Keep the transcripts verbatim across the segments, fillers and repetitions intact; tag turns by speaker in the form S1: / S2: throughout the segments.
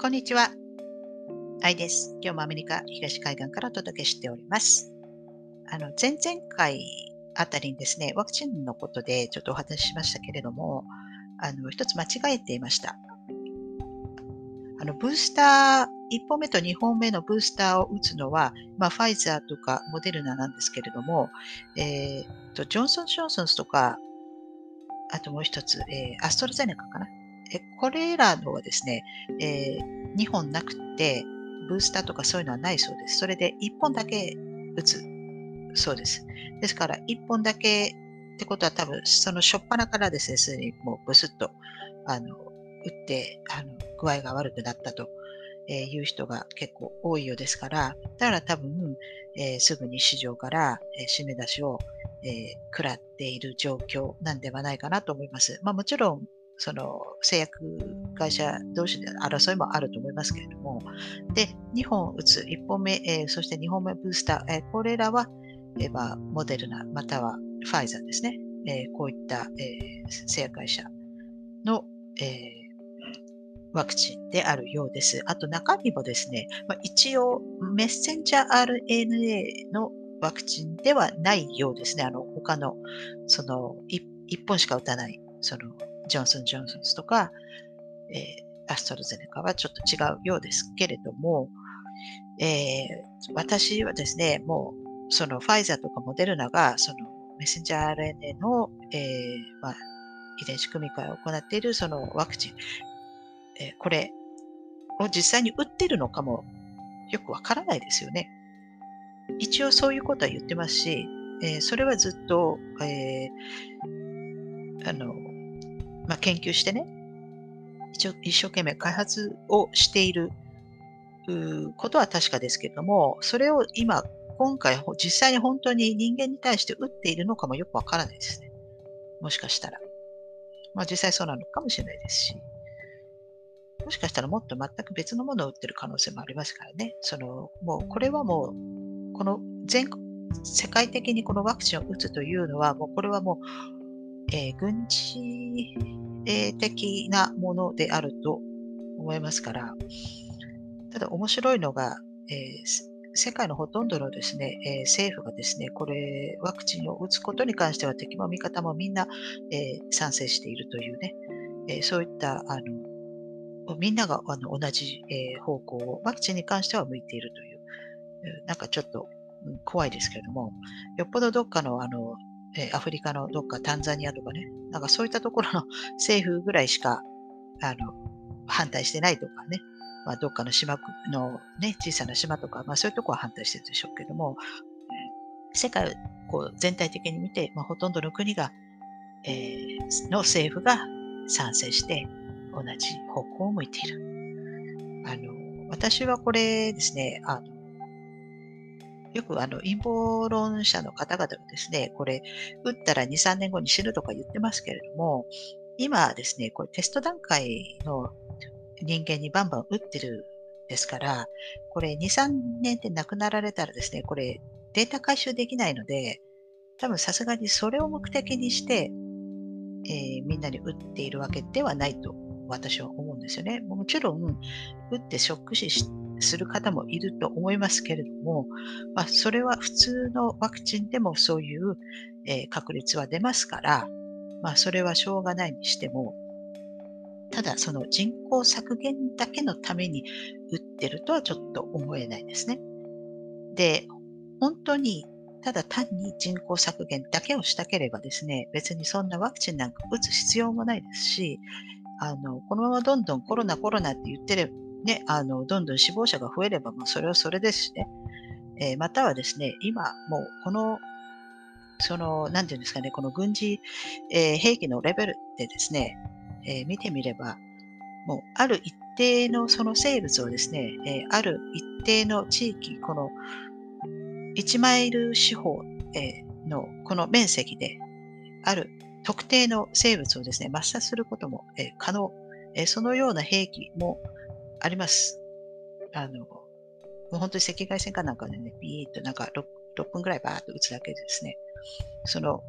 S1: こんにちは、アイです。今日もアメリカ東海岸からお届けしております。あの、前々回あたりにですね、ワクチンのことでちょっとお話ししましたけれども、あの、一つ間違えていました。あの、ブースター、いっぽんめとにほんめのブースターを打つのは、まあ、ファイザーとかモデルナなんですけれども、えーと、ジョンソン・ジョンソンとか、あともう一つ、えーアストラゼネカかな。えこれらのはですね、えー、にほんなくて、ブースターとかそういうのはないそうです。それでいっぽんだけ打つそうです。ですから、いっぽんだけってことは多分、その初っ端からですね、すでにもうブスッと、あの、打って、あの、具合が悪くなったとえーいう人が結構多いようですから、だから多分、えーすぐに市場から、えー締め出しを、えー食らっている状況なんではないかなと思います。まあもちろん、その製薬会社同士で争いもあると思いますけれども、で、にほん打つ、いっぽんめ、えーそしてにほんめブースター、えーこれらは、えーまあ、モデルナ、またはファイザーですね。えーこういった、えー製薬会社の、えーワクチンであるようです。あと中身もですね、まあ、一応メッセンジャー アールエヌエー のワクチンではないようですね。あの他のそのいいっぽんしか打たないそのジョンソン・ジョンソンとか、えーアストラゼネカはちょっと違うようですけれども、えー私はですね、もうそのファイザーとかモデルナがそのメッセンジャー アールエヌエー の、えーまあ、遺伝子組み換えを行っているそのワクチン、えーこれを実際に打ってるのかもよくわからないですよね。一応そういうことは言ってますし、えーそれはずっと、えーあの、まあ、研究してね、一応一生懸命開発をしていることは確かですけれども、それを今、今回実際に本当に人間に対して打っているのかもよくわからないですね。もしかしたら。まあ実際そうなのかもしれないですし、もしかしたらもっと全く別のものを打ってる可能性もありますからね。その、もうこれはもう、この全国、世界的にこのワクチンを打つというのは、もうこれはもう、えー軍事的なものであると思いますから、ただ面白いのが、えー世界のほとんどのですね、えー政府がですね、これ、ワクチンを打つことに関しては敵も味方もみんな、えー賛成しているというね、えーそういった、あの、みんながあの同じ、えー方向を、ワクチンに関しては向いているという、うんなんかちょっと、うん怖いですけれども、よっぽどどっかの、あの、えーアフリカのどっかタンザニアとかね、なんかそういったところの政府ぐらいしか、あの、反対してないとかね、まあ、どっかの島のね、小さな島とか、まあそういうところは反対してるでしょうけども、世界こう全体的に見て、まあ、ほとんどの国が、えーの政府が賛成して同じ方向を向いている。あの、私はこれですね、あの、よくあの陰謀論者の方々がですね、これ、打ったらに、さんねんごに死ぬとか言ってますけれども、今ですね、これテスト段階の人間にバンバン打ってるですから、これに、さんねんで亡くなられたらですね、これデータ回収できないので、多分さすがにそれを目的にして、えーみんなに打っているわけではないと私は思うんですよね。もちろん、打ってショック死する方もいると思いますけれども、まあ、それは普通のワクチンでもそういう、えー確率は出ますから、まあ、それはしょうがないにしても、ただその人口削減だけのために打ってるとはちょっと思えないですね。で、本当にただ単に人口削減だけをしたければですね、別にそんなワクチンなんか打つ必要もないですし、あの、このままどんどんコロナコロナって言ってれば、ね、あの、どんどん死亡者が増えれば、もうそれはそれですしね。えーまたはですね、今、もうこの、その、なんていうんですかね、この軍事、えー兵器のレベルでですね、えー見てみれば、もうある一定のその生物をですね、えーある一定の地域、このいちマイル四方、えーのこの面積で、ある特定の生物をですね、抹殺することも、えー可能、えーそのような兵器もあります。あの、もう本当に赤外線かなんかでね、ビーっとなんか 6, ろっぷんぐらいバーっと打つだけでですね、その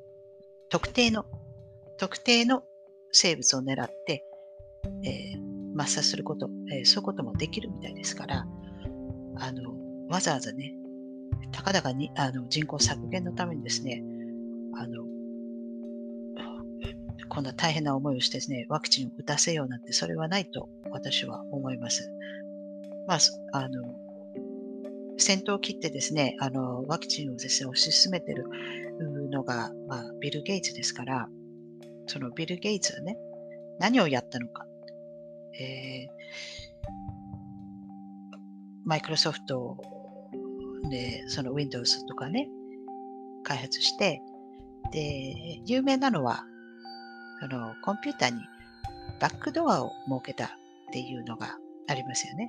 S1: 特定の、特定の生物を狙って、えー抹殺すること、えーそういうこともできるみたいですから、あの、わざわざね、たかだかにあの人口削減のためにですね、あの、こんな大変な思いをしてですね、ワクチンを打たせようなんて、それはないと私は思います。まあ、すあの、先頭を切ってですね、あの、ワクチンをですね、推し進めてるのが、まあ、ビル・ゲイツですから、そのビル・ゲイツはね、何をやったのか、えーマイクロソフトで、その Windows とかね、開発して、で、有名なのは、そのコンピューターにバックドアを設けたっていうのがありますよね。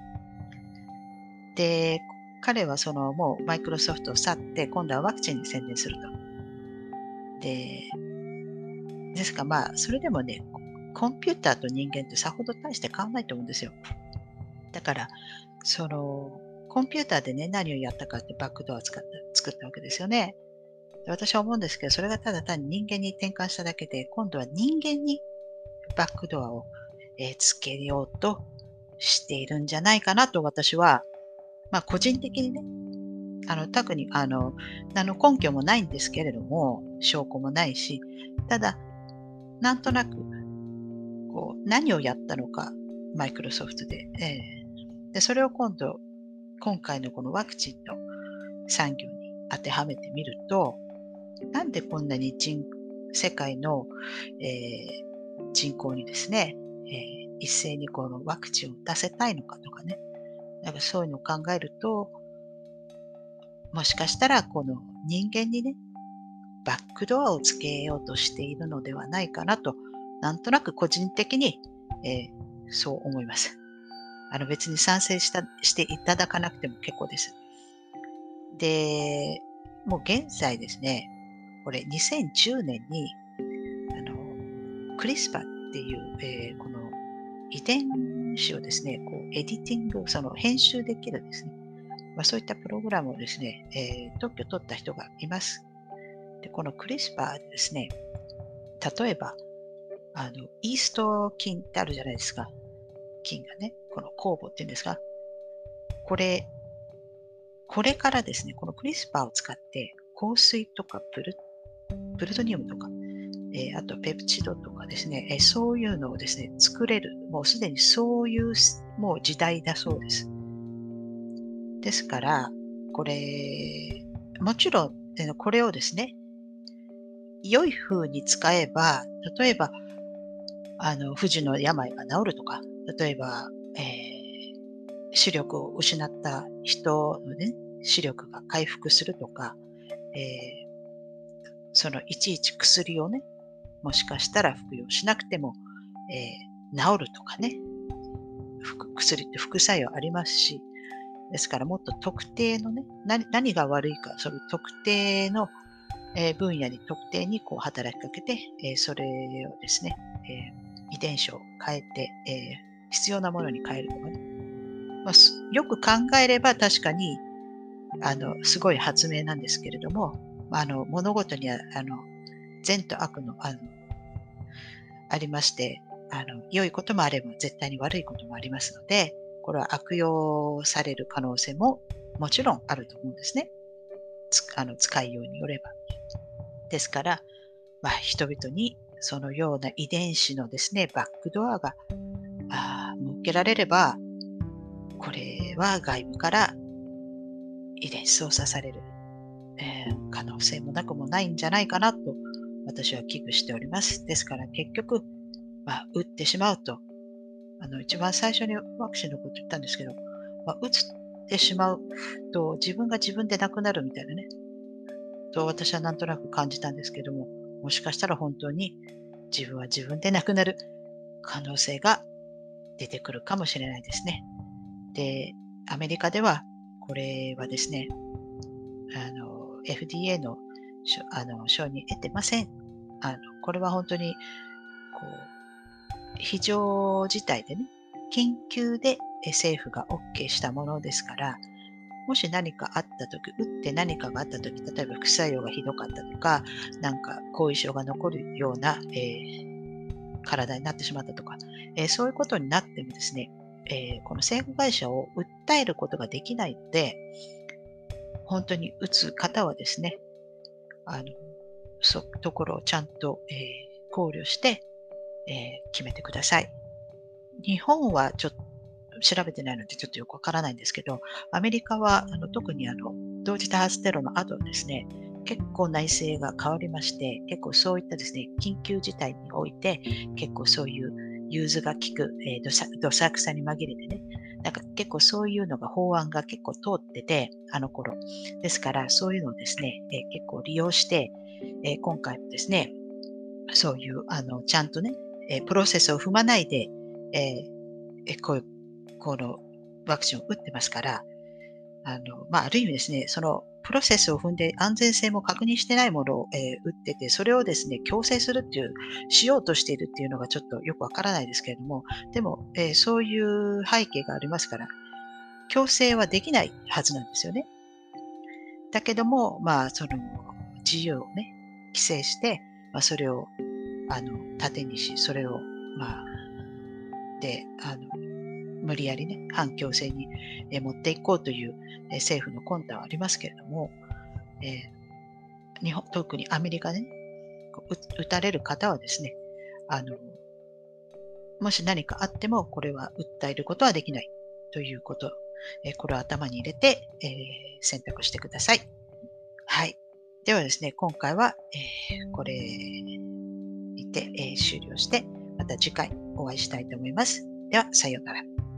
S1: で、彼はそのもうマイクロソフトを去って、今度はワクチンに専念すると。で、ですからまあ、それでもね、コンピューターと人間ってさほど大して変わらないと思うんですよ。だから、その、コンピューターでね、何をやったかってバックドアを使った作ったわけですよね。で私は思うんですけど、それがただ単に人間に転換しただけで、今度は人間にバックドアを、えーつけようとしているんじゃないかなと私は、まあ個人的にね、あの、特に、あの、何の根拠もないんですけれども、証拠もないし、ただ、なんとなく、こう、何をやったのか、マイクロソフトで、えーで、それを今度、今回のこのワクチンの産業に当てはめてみると、なんでこんなに人世界の、えー人口にですね、えー一斉にこのワクチンを打たせたいのかとかね、なんかそういうのを考えると、もしかしたらこの人間にね、バックドアをつけようとしているのではないかなと、なんとなく個人的に、えーそう思います。あの別に賛成したしていただかなくても結構です。で、もう現在ですね、これにせんじゅうねんにあのクリスパっていう、えーこの遺伝子をですね、こうエディティング、その編集できるですね、まあ、そういったプログラムをですね、えー特許を取った人がいます。で、このクリスパーでですね、例えば、あの、イースト菌ってあるじゃないですか。菌がね、この酵母っていうんですか。これ、これからですね、このクリスパーを使って、香水とかプルプルトニウムとか、えーあとペプチドとかですね、えーそういうのをですね、作れる。もうすでにそういうもう時代だそうです。ですから、これ、もちろん、えーこれをですね、良い風に使えば、例えば、あの、不治の病が治るとか、例えば、えー視力を失った人のね、視力が回復するとか、えーそのいちいち薬をね、もしかしたら服用しなくても、えー治るとかね、薬って副作用ありますし、ですからもっと特定のね、何何が悪いか、その特定の、えー分野に特定にこう働きかけて、えーそれをですね、えー遺伝子を変えて、えー必要なものに変えるとかね。まあ、よく考えれば確かにあのすごい発明なんですけれども、あの物事にはあの善と悪のあのありまして、あの良いこともあれば絶対に悪いこともありますので、これは悪用される可能性ももちろんあると思うんですね。つあの使いようによれば。ですから、まあ、人々にそのような遺伝子のですね、バックドアがあ設けられれば、これは外部から遺伝子操作される、えー可能性もなくもないんじゃないかなと私は危惧しております。ですから結局、まあ、打ってしまうと、あの一番最初にワクチンのこと言ったんですけど、まあ、打ってしまうと自分が自分で亡くなるみたいなね、と私はなんとなく感じたんですけども、もしかしたら本当に自分は自分で亡くなる可能性が出てくるかもしれないですね。で、アメリカではこれはですね、あの エフディーエー のあの承認得てません。あのこれは本当にこう非常事態でね、緊急で政府が OK したものですから、もし何かあったとき、打って何かがあったとき、例えば副作用がひどかったとか、なんか後遺症が残るような、えー体になってしまったとか、えーそういうことになってもですね、えーこの生保会社を訴えることができないので、本当に打つ方はですね、あの、そういうところをちゃんと、えー考慮して、えー決めてください。日本はちょっと調べてないのでちょっとよくわからないんですけど、アメリカはあの特にあの同時多発テロの後ですね、結構内政が変わりまして、結構そういったですね、緊急事態において、結構そういう融通が利く、えーどさどさくさに紛れてね、なんか結構そういうのが法案が結構通ってて、あの頃。ですから、そういうのをですね、えー結構利用して、えー今回もですね、そういう、あの、ちゃんとね、えープロセスを踏まないで、えーえこういう、このワクチンを打ってますから、あの、まあ、ある意味ですね、そのプロセスを踏んで安全性も確認してないものを、えー打ってて、それをですね、強制するっていう、しようとしているっていうのがちょっとよくわからないですけれども、でも、えーそういう背景がありますから、強制はできないはずなんですよね。だけども、まあ、その自由をね、規制して、まあ、それを、あの、盾にし、それを、まあ、で、あの、無理やりね、反強制にえー持っていこうというえー政府の魂胆はありますけれども、えー日本、特にアメリカでね、こう打打たれる方はですね、あの、もし何かあっても、これは訴えることはできないということ、えーこれを頭に入れて、えー選択してください。はい。ではですね、今回は、えーこれにて、えー終了して、また次回お会いしたいと思います。では、さようなら。